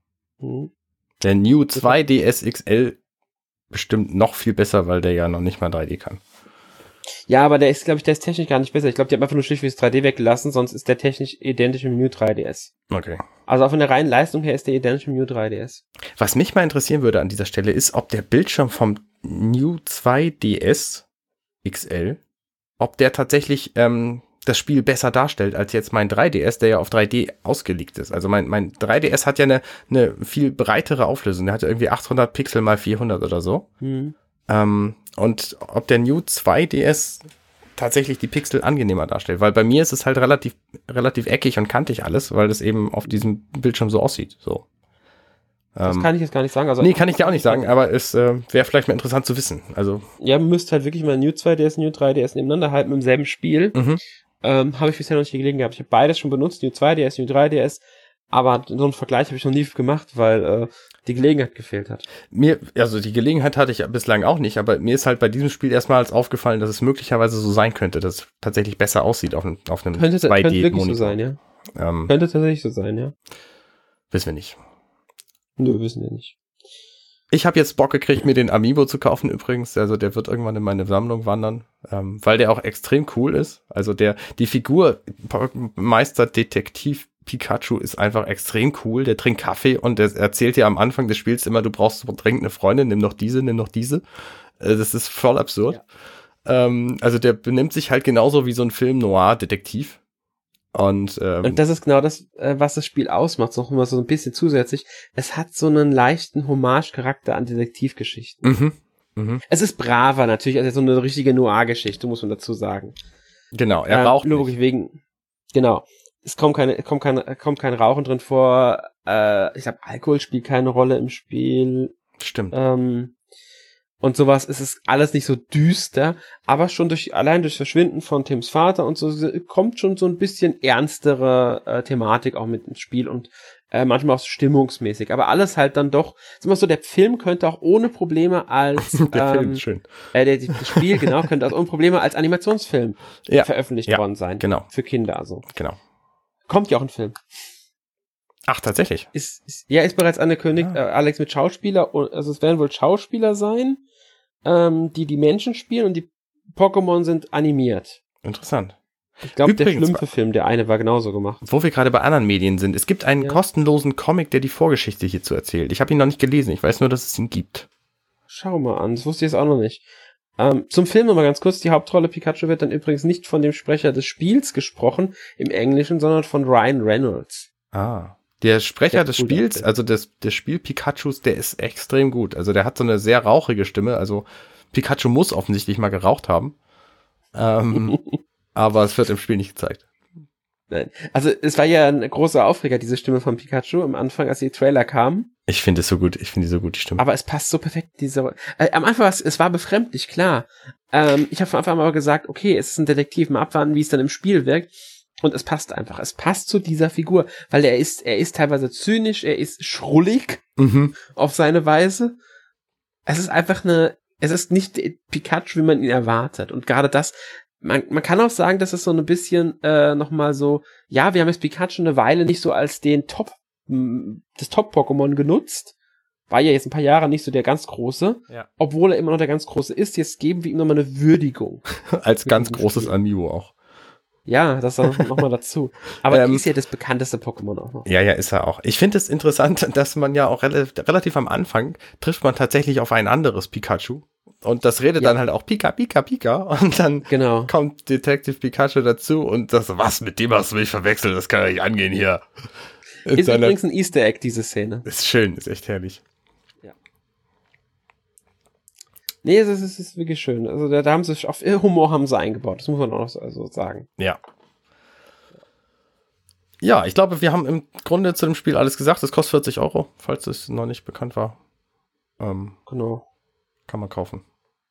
Der New 2DS XL bestimmt noch viel besser, weil der ja noch nicht mal 3D kann. Ja, aber der ist technisch gar nicht besser. Ich glaube, die haben einfach nur schlichtweg das 3D weggelassen, sonst ist der technisch identisch mit dem New 3DS. Okay. Also auch von der reinen Leistung her ist der identisch mit dem New 3DS. Was mich mal interessieren würde an dieser Stelle ist, ob der Bildschirm vom New 2DS XL, ob der tatsächlich das Spiel besser darstellt als jetzt mein 3DS, der ja auf 3D ausgelegt ist. Also mein 3DS hat ja eine viel breitere Auflösung. Der hat ja irgendwie 800 Pixel mal 400 oder so. Und ob der New 2DS tatsächlich die Pixel angenehmer darstellt. Weil bei mir ist es halt relativ eckig und kantig alles, weil das eben auf diesem Bildschirm so aussieht. So. Das kann ich jetzt gar nicht sagen. Also, nee, kann ich dir auch nicht sagen, aber es wäre vielleicht mal interessant zu wissen. Also ja, man müsste halt wirklich mal New 2DS, New 3DS nebeneinander halten mit demselben Spiel. Habe ich bisher noch nicht gelegen gehabt. Ich habe beides schon benutzt, New 2DS, New 3DS, aber so einen Vergleich habe ich noch nie gemacht, weil die Gelegenheit gefehlt hat. Also die Gelegenheit hatte ich bislang auch nicht, aber mir ist halt bei diesem Spiel erstmals aufgefallen, dass es möglicherweise so sein könnte, dass es tatsächlich besser aussieht auf einem 2D-Monitor. Könnte wirklich so sein, ja. Könnte tatsächlich so sein, ja. Wissen wir nicht. Nö, wissen wir nicht. Ich habe jetzt Bock gekriegt, mir den Amiibo zu kaufen übrigens. Also der wird irgendwann in meine Sammlung wandern, weil der auch extrem cool ist. Also die Figur Meister Detektiv Pikachu ist einfach extrem cool. Der trinkt Kaffee und der erzählt dir am Anfang des Spiels immer, du brauchst dringend eine Freundin, nimm noch diese. Das ist voll absurd. Ja. Also der benimmt sich halt genauso wie so ein Film-Noir-Detektiv. Und das ist genau das, was das Spiel ausmacht, noch immer so ein bisschen zusätzlich. Es hat so einen leichten Hommage-Charakter an Detektivgeschichten. Es ist braver natürlich, also so eine richtige Noir-Geschichte, muss man dazu sagen. Genau, er raucht nicht. Genau. Es kommt kein Rauchen drin vor. Ich glaube, Alkohol spielt keine Rolle im Spiel. Stimmt. Und sowas ist es alles nicht so düster, aber schon allein durch Verschwinden von Tims Vater und so kommt schon so ein bisschen ernstere Thematik auch mit ins Spiel und manchmal auch so stimmungsmäßig. Aber alles halt dann doch, sag mal so, der Film könnte auch ohne Probleme als Film, schön. Das Spiel, genau, könnte auch ohne Probleme als Animationsfilm veröffentlicht worden sein. Genau. Für Kinder also. Genau. Kommt ja auch ein Film. Ach, tatsächlich? Ist bereits angekündigt, Alex mit Schauspieler, also es werden wohl Schauspieler sein, die Menschen spielen und die Pokémon sind animiert. Interessant. Ich glaube, der Schlümpfe-Film, der eine war genauso gemacht. Wo wir gerade bei anderen Medien sind, es gibt einen kostenlosen Comic, der die Vorgeschichte hierzu erzählt. Ich habe ihn noch nicht gelesen, ich weiß nur, dass es ihn gibt. Schau mal an, das wusste ich jetzt auch noch nicht. Zum Film nochmal ganz kurz, die Hauptrolle Pikachu wird dann übrigens nicht von dem Sprecher des Spiels gesprochen, im Englischen, sondern von Ryan Reynolds. Der Sprecher des Spiels, also des Spiel Pikachus, der ist extrem gut. Also der hat so eine sehr rauchige Stimme. Also Pikachu muss offensichtlich mal geraucht haben. Aber es wird im Spiel nicht gezeigt. Nein. Also es war ja ein großer Aufreger, diese Stimme von Pikachu am Anfang, als die Trailer kamen. Ich finde es so gut. Ich finde die so gut, die Stimme. Aber es passt so perfekt, am Anfang es war befremdlich, klar. Ich habe von Anfang an aber gesagt, okay, es ist ein Detektiv, mal abwarten, wie es dann im Spiel wirkt. Und es passt einfach. Es passt zu dieser Figur, weil er ist teilweise zynisch, er ist schrullig auf seine Weise. Es ist einfach es ist nicht Pikachu, wie man ihn erwartet. Und gerade das, man kann auch sagen, dass es so ein bisschen nochmal so, ja, wir haben jetzt Pikachu eine Weile nicht so als das Top-Pokémon genutzt. War ja jetzt ein paar Jahre nicht so der ganz Große. Ja. Obwohl er immer noch der ganz Große ist. Jetzt geben wir ihm nochmal eine Würdigung. Als ganz großes Amiibo auch. Ja, das nochmal dazu. Aber ist ja das bekannteste Pokémon auch noch. Ja, ist er auch. Ich finde es interessant, dass man ja auch relativ am Anfang trifft man tatsächlich auf ein anderes Pikachu. Und das redet dann halt auch Pika, Pika, Pika. Und dann kommt Detective Pikachu dazu und das, was, mit dem hast du mich verwechselt? Das kann ja nicht angehen hier. Ist übrigens ein Easter Egg, diese Szene. Ist schön, ist echt herrlich. Ja. Nee, es ist wirklich schön. Also da haben sie auf Humor haben sie eingebaut. Das muss man auch noch so sagen. Ja. Ja, ich glaube, wir haben im Grunde zu dem Spiel alles gesagt. Es kostet 40 €, falls es noch nicht bekannt war. Genau. Kann man kaufen.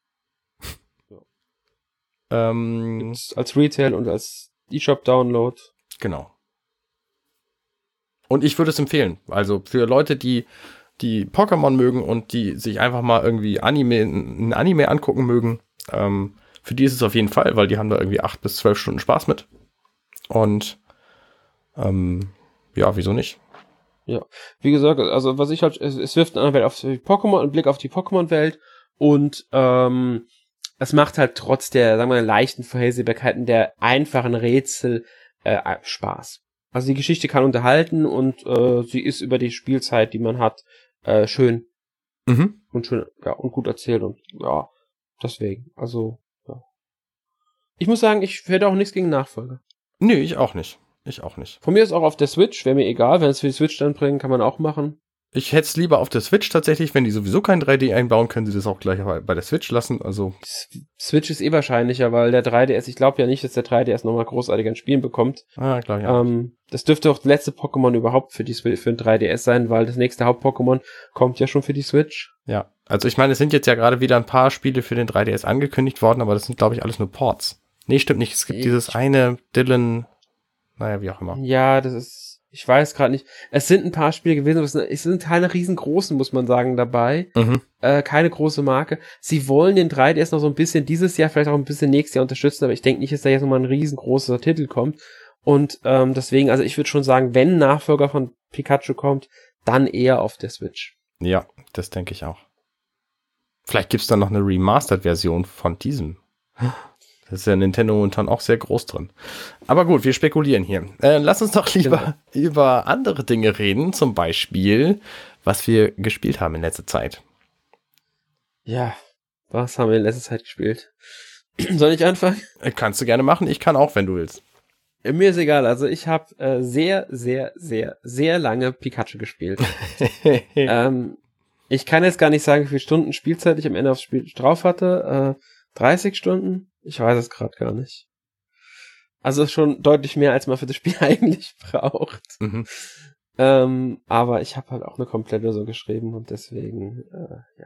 Ja. Gibt's als Retail und als eShop-Download. Genau. Und ich würde es empfehlen. Also für Leute, die Pokémon mögen und die sich einfach mal irgendwie ein Anime angucken mögen, für die ist es auf jeden Fall, weil die haben da irgendwie 8 bis 12 Stunden Spaß mit. Und ja, wieso nicht? Ja, wie gesagt, also was ich halt, es wirft eine Welt auf die Pokémon, einen Blick auf die Pokémon-Welt und es macht halt trotz der, sagen wir mal, leichten Vorhersehbarkeiten der einfachen Rätsel Spaß. Also die Geschichte kann unterhalten und sie ist über die Spielzeit, die man hat, schön und schön, ja, und gut erzählt und ja, deswegen, also ja. Ich muss sagen, ich hätte auch nichts gegen Nachfolger. Nö, ich auch nicht. Von mir ist auch auf der Switch, wäre mir egal, wenn es für die Switch dann bringen, kann man auch machen. Ich hätte es lieber auf der Switch tatsächlich, wenn die sowieso kein 3D einbauen, können sie das auch gleich bei der Switch lassen, also. Switch ist wahrscheinlicher, weil der 3DS, ich glaube ja nicht, dass der 3DS nochmal großartig an Spielen bekommt. Ah, klar, ja. Das dürfte auch das letzte Pokémon überhaupt für den 3DS sein, weil das nächste Haupt-Pokémon kommt ja schon für die Switch. Ja, also ich meine, es sind jetzt ja gerade wieder ein paar Spiele für den 3DS angekündigt worden, aber das sind, glaube ich, alles nur Ports. Nee, stimmt nicht, es gibt dieses eine Dylan, naja, wie auch immer. Ja, das ist, ich weiß gerade nicht. Es sind ein paar Spiele gewesen, aber es sind keine riesengroßen, muss man sagen, dabei. Keine große Marke. Sie wollen den 3DS noch so ein bisschen dieses Jahr, vielleicht auch ein bisschen nächstes Jahr unterstützen, aber ich denke nicht, dass da jetzt nochmal ein riesengroßer Titel kommt. Und deswegen, also ich würde schon sagen, wenn ein Nachfolger von Pikachu kommt, dann eher auf der Switch. Ja, das denke ich auch. Vielleicht gibt's dann noch eine Remastered-Version von diesem. Das ist ja Nintendo momentan auch sehr groß drin. Aber gut, wir spekulieren hier. Lass uns doch lieber über andere Dinge reden. Zum Beispiel, was wir gespielt haben in letzter Zeit. Ja, was haben wir in letzter Zeit gespielt? Soll ich anfangen? Kannst du gerne machen. Ich kann auch, wenn du willst. Mir ist egal. Also ich habe sehr, sehr, sehr, sehr lange Pikachu gespielt. Ich kann jetzt gar nicht sagen, wie viele Stunden Spielzeit ich am Ende aufs Spiel drauf hatte. 30 Stunden? Ich weiß es gerade gar nicht. Also schon deutlich mehr, als man für das Spiel eigentlich braucht. Aber ich habe halt auch eine Komplettlösung geschrieben und deswegen, ja.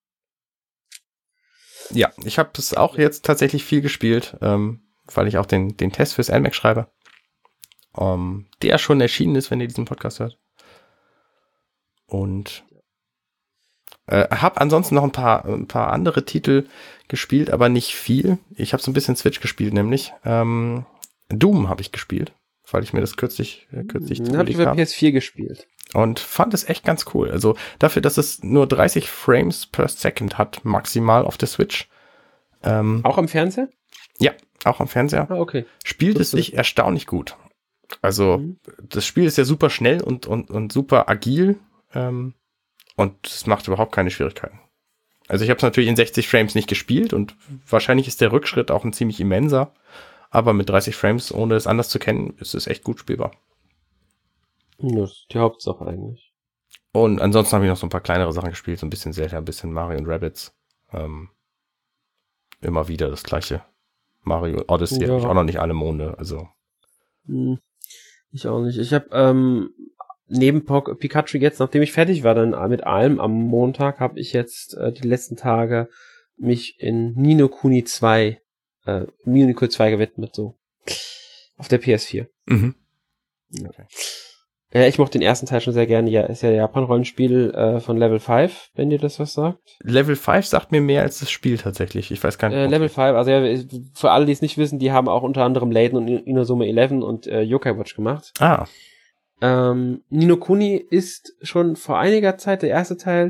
Ja, ich habe es auch jetzt tatsächlich viel gespielt, weil ich auch den Test fürs NMAX schreibe. Der schon erschienen ist, wenn ihr diesen Podcast hört. Und habe ansonsten noch ein paar andere Titel gespielt, aber nicht viel. Ich habe so ein bisschen Switch gespielt, nämlich Doom habe ich gespielt, weil ich mir das kürzlich habe ich über PS4 gespielt. Und fand es echt ganz cool. Also dafür, dass es nur 30 Frames per Second hat, maximal auf der Switch. Auch am Fernseher? Ja, auch am Fernseher. Ah, okay. Spielt es sich erstaunlich gut. Also das Spiel ist ja super schnell und super agil. Und es macht überhaupt keine Schwierigkeiten. Also ich habe es natürlich in 60 Frames nicht gespielt und wahrscheinlich ist der Rückschritt auch ein ziemlich immenser. Aber mit 30 Frames, ohne es anders zu kennen, ist es echt gut spielbar. Das ist die Hauptsache eigentlich. Und ansonsten habe ich noch so ein paar kleinere Sachen gespielt, so ein bisschen Zelda, ein bisschen Mario und Rabbids. Immer wieder das gleiche. Mario Odyssey habe ich auch noch nicht alle Monde, also. Ich auch nicht. Ich habe neben Pikachu jetzt, nachdem ich fertig war dann mit allem am Montag, habe ich jetzt die letzten Tage mich in Ni no Kuni 2 gewidmet, so. Auf der PS4. Okay. Ja, ich mochte den ersten Teil schon sehr gerne. Ja, ist ja Japan-Rollenspiel von Level 5, wenn dir das was sagt. Level 5 sagt mir mehr als das Spiel tatsächlich. Ich weiß gar nicht. Level 5, also ja, für alle, die es nicht wissen, die haben auch unter anderem Layton und Inazuma 11 und Yokai Watch gemacht. Ah. Ni no Kuni ist schon vor einiger Zeit der erste Teil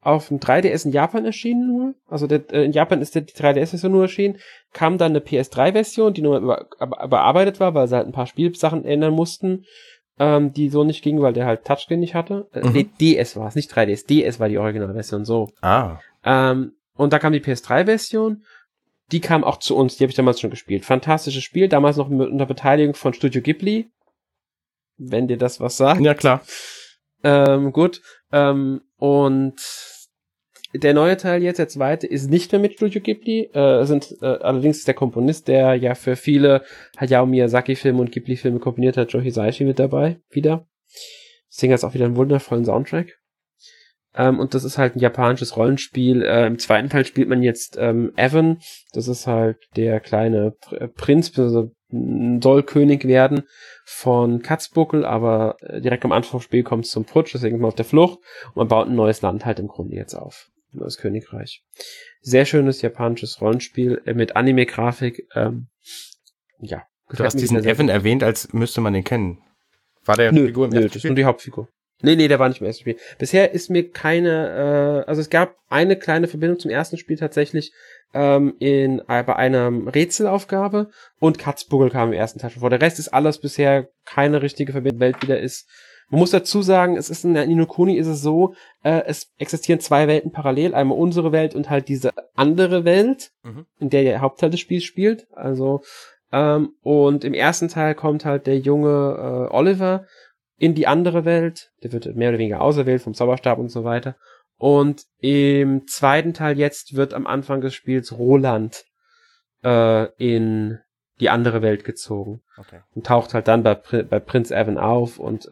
auf dem 3DS in Japan erschienen nur. Also in Japan ist die 3DS-Version nur erschienen. Kam dann eine PS3-Version, die nur überarbeitet war, weil sie halt ein paar Spielsachen ändern mussten, die so nicht gingen, weil der halt Touchscreen nicht hatte. Nee, DS war es, nicht 3DS. DS war die Originalversion, so. Und da kam die PS3-Version. Die kam auch zu uns, die habe ich damals schon gespielt. Fantastisches Spiel, damals noch unter Beteiligung von Studio Ghibli. Wenn dir das was sagt. Ja, klar. Gut. Und der neue Teil jetzt, der zweite, ist nicht mehr mit Studio Ghibli. Allerdings ist der Komponist, der ja für viele Hayao Miyazaki-Filme und Ghibli-Filme komponiert hat, Joe Hisaishi mit dabei, wieder. Deswegen hat es auch wieder einen wundervollen Soundtrack. Und das ist halt ein japanisches Rollenspiel. Im zweiten Teil spielt man jetzt Evan. Das ist halt der kleine Prinz, also soll König werden von Katzbuckel, aber direkt am Anfang des Spiels kommt es zum Putsch, deswegen ist man auf der Flucht und man baut ein neues Land halt im Grunde jetzt auf. Ein neues Königreich. Sehr schönes japanisches Rollenspiel mit Anime-Grafik. Ja. Du hast diesen Evan erwähnt, als müsste man den kennen. War der Figur im ersten Spiel? Das ist nur die Hauptfigur. Nee, der war nicht im ersten Spiel. Bisher ist mir also es gab eine kleine Verbindung zum ersten Spiel tatsächlich bei einer Rätselaufgabe und Katzbuckel kam im ersten Teil schon vor. Der Rest ist alles bisher keine richtige Verbindung, Welt wieder ist. Man muss dazu sagen, es ist in der Ni no Kuni ist es so, es existieren zwei Welten parallel, einmal unsere Welt und halt diese andere Welt, in der der Hauptteil des Spiels spielt. Also und im ersten Teil kommt halt der junge Oliver in die andere Welt, der wird mehr oder weniger auserwählt vom Zauberstab und so weiter. Und im zweiten Teil jetzt wird am Anfang des Spiels Roland in die andere Welt gezogen. Okay. Und taucht halt dann bei Prinz Evan auf und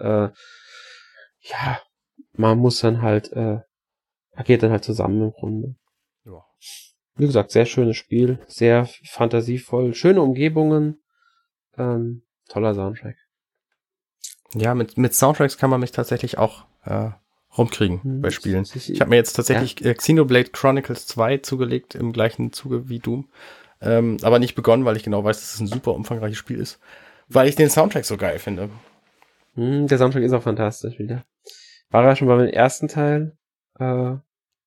man muss dann halt agiert dann halt zusammen im Grunde. Ja. Wie gesagt, sehr schönes Spiel, sehr fantasievoll, schöne Umgebungen, toller Soundtrack. Ja, mit Soundtracks kann man mich tatsächlich auch rumkriegen bei Spielen. Ich habe mir jetzt tatsächlich Xenoblade Chronicles 2 zugelegt, im gleichen Zuge wie Doom. Aber nicht begonnen, weil ich genau weiß, dass es ein super umfangreiches Spiel ist. Weil ich den Soundtrack so geil finde. Der Soundtrack ist auch fantastisch wieder. War er schon beim ersten Teil? Beim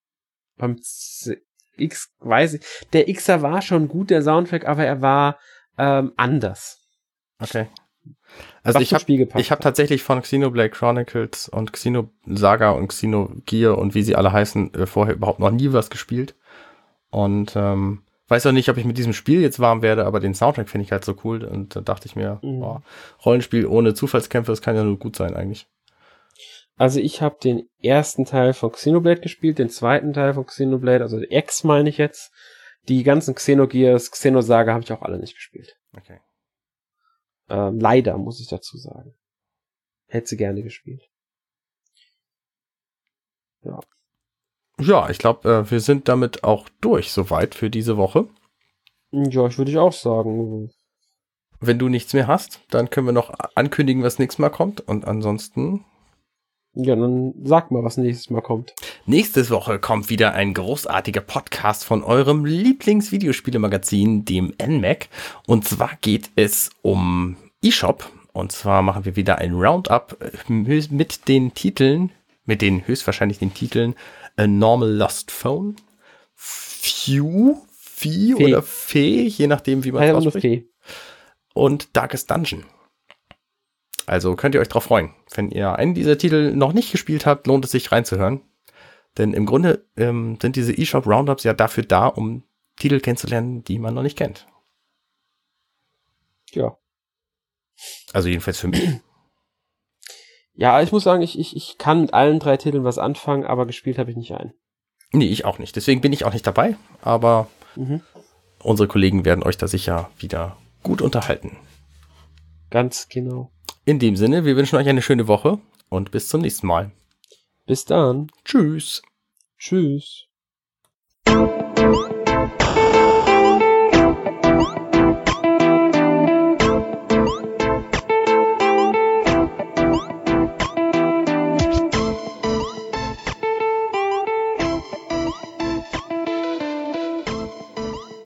X, weiß ich. Der Xer war schon gut, der Soundtrack, aber er war anders. Okay. Also ich habe tatsächlich von Xenoblade Chronicles und Xenosaga und Xenogear und wie sie alle heißen, vorher überhaupt noch nie was gespielt. Und weiß auch nicht, ob ich mit diesem Spiel jetzt warm werde, aber den Soundtrack finde ich halt so cool. Und da dachte ich mir, Rollenspiel ohne Zufallskämpfe, das kann ja nur gut sein eigentlich. Also ich habe den ersten Teil von Xenoblade gespielt, den zweiten Teil von Xenoblade, also X meine ich jetzt. Die ganzen Xenogears, Xenosaga habe ich auch alle nicht gespielt. Okay. Leider, muss ich dazu sagen. Hätte sie gerne gespielt. Ja. Ja, ich glaube, wir sind damit auch durch soweit für diese Woche. Ja, ich würde auch sagen. Wenn du nichts mehr hast, dann können wir noch ankündigen, was nächstes Mal kommt. Und ansonsten... Ja, dann sag mal, was nächstes Mal kommt. Nächste Woche kommt wieder ein großartiger Podcast von eurem Lieblingsvideospielemagazin, dem NMAC. Und zwar geht es um eShop. Und zwar machen wir wieder ein Roundup mit den höchstwahrscheinlich den Titeln A Normal Lost Phone, Few oder Fee, je nachdem, wie man es ausspricht. Und Darkest Dungeon. Also könnt ihr euch drauf freuen. Wenn ihr einen dieser Titel noch nicht gespielt habt, lohnt es sich reinzuhören. Denn im Grunde sind diese eShop Roundups ja dafür da, um Titel kennenzulernen, die man noch nicht kennt. Ja. Also jedenfalls für mich. Ja, ich muss sagen, ich kann mit allen 3 Titeln was anfangen, aber gespielt habe ich nicht einen. Nee, ich auch nicht. Deswegen bin ich auch nicht dabei. Aber unsere Kollegen werden euch da sicher wieder gut unterhalten. Ganz genau. In dem Sinne, wir wünschen euch eine schöne Woche und bis zum nächsten Mal. Bis dann. Tschüss. Tschüss.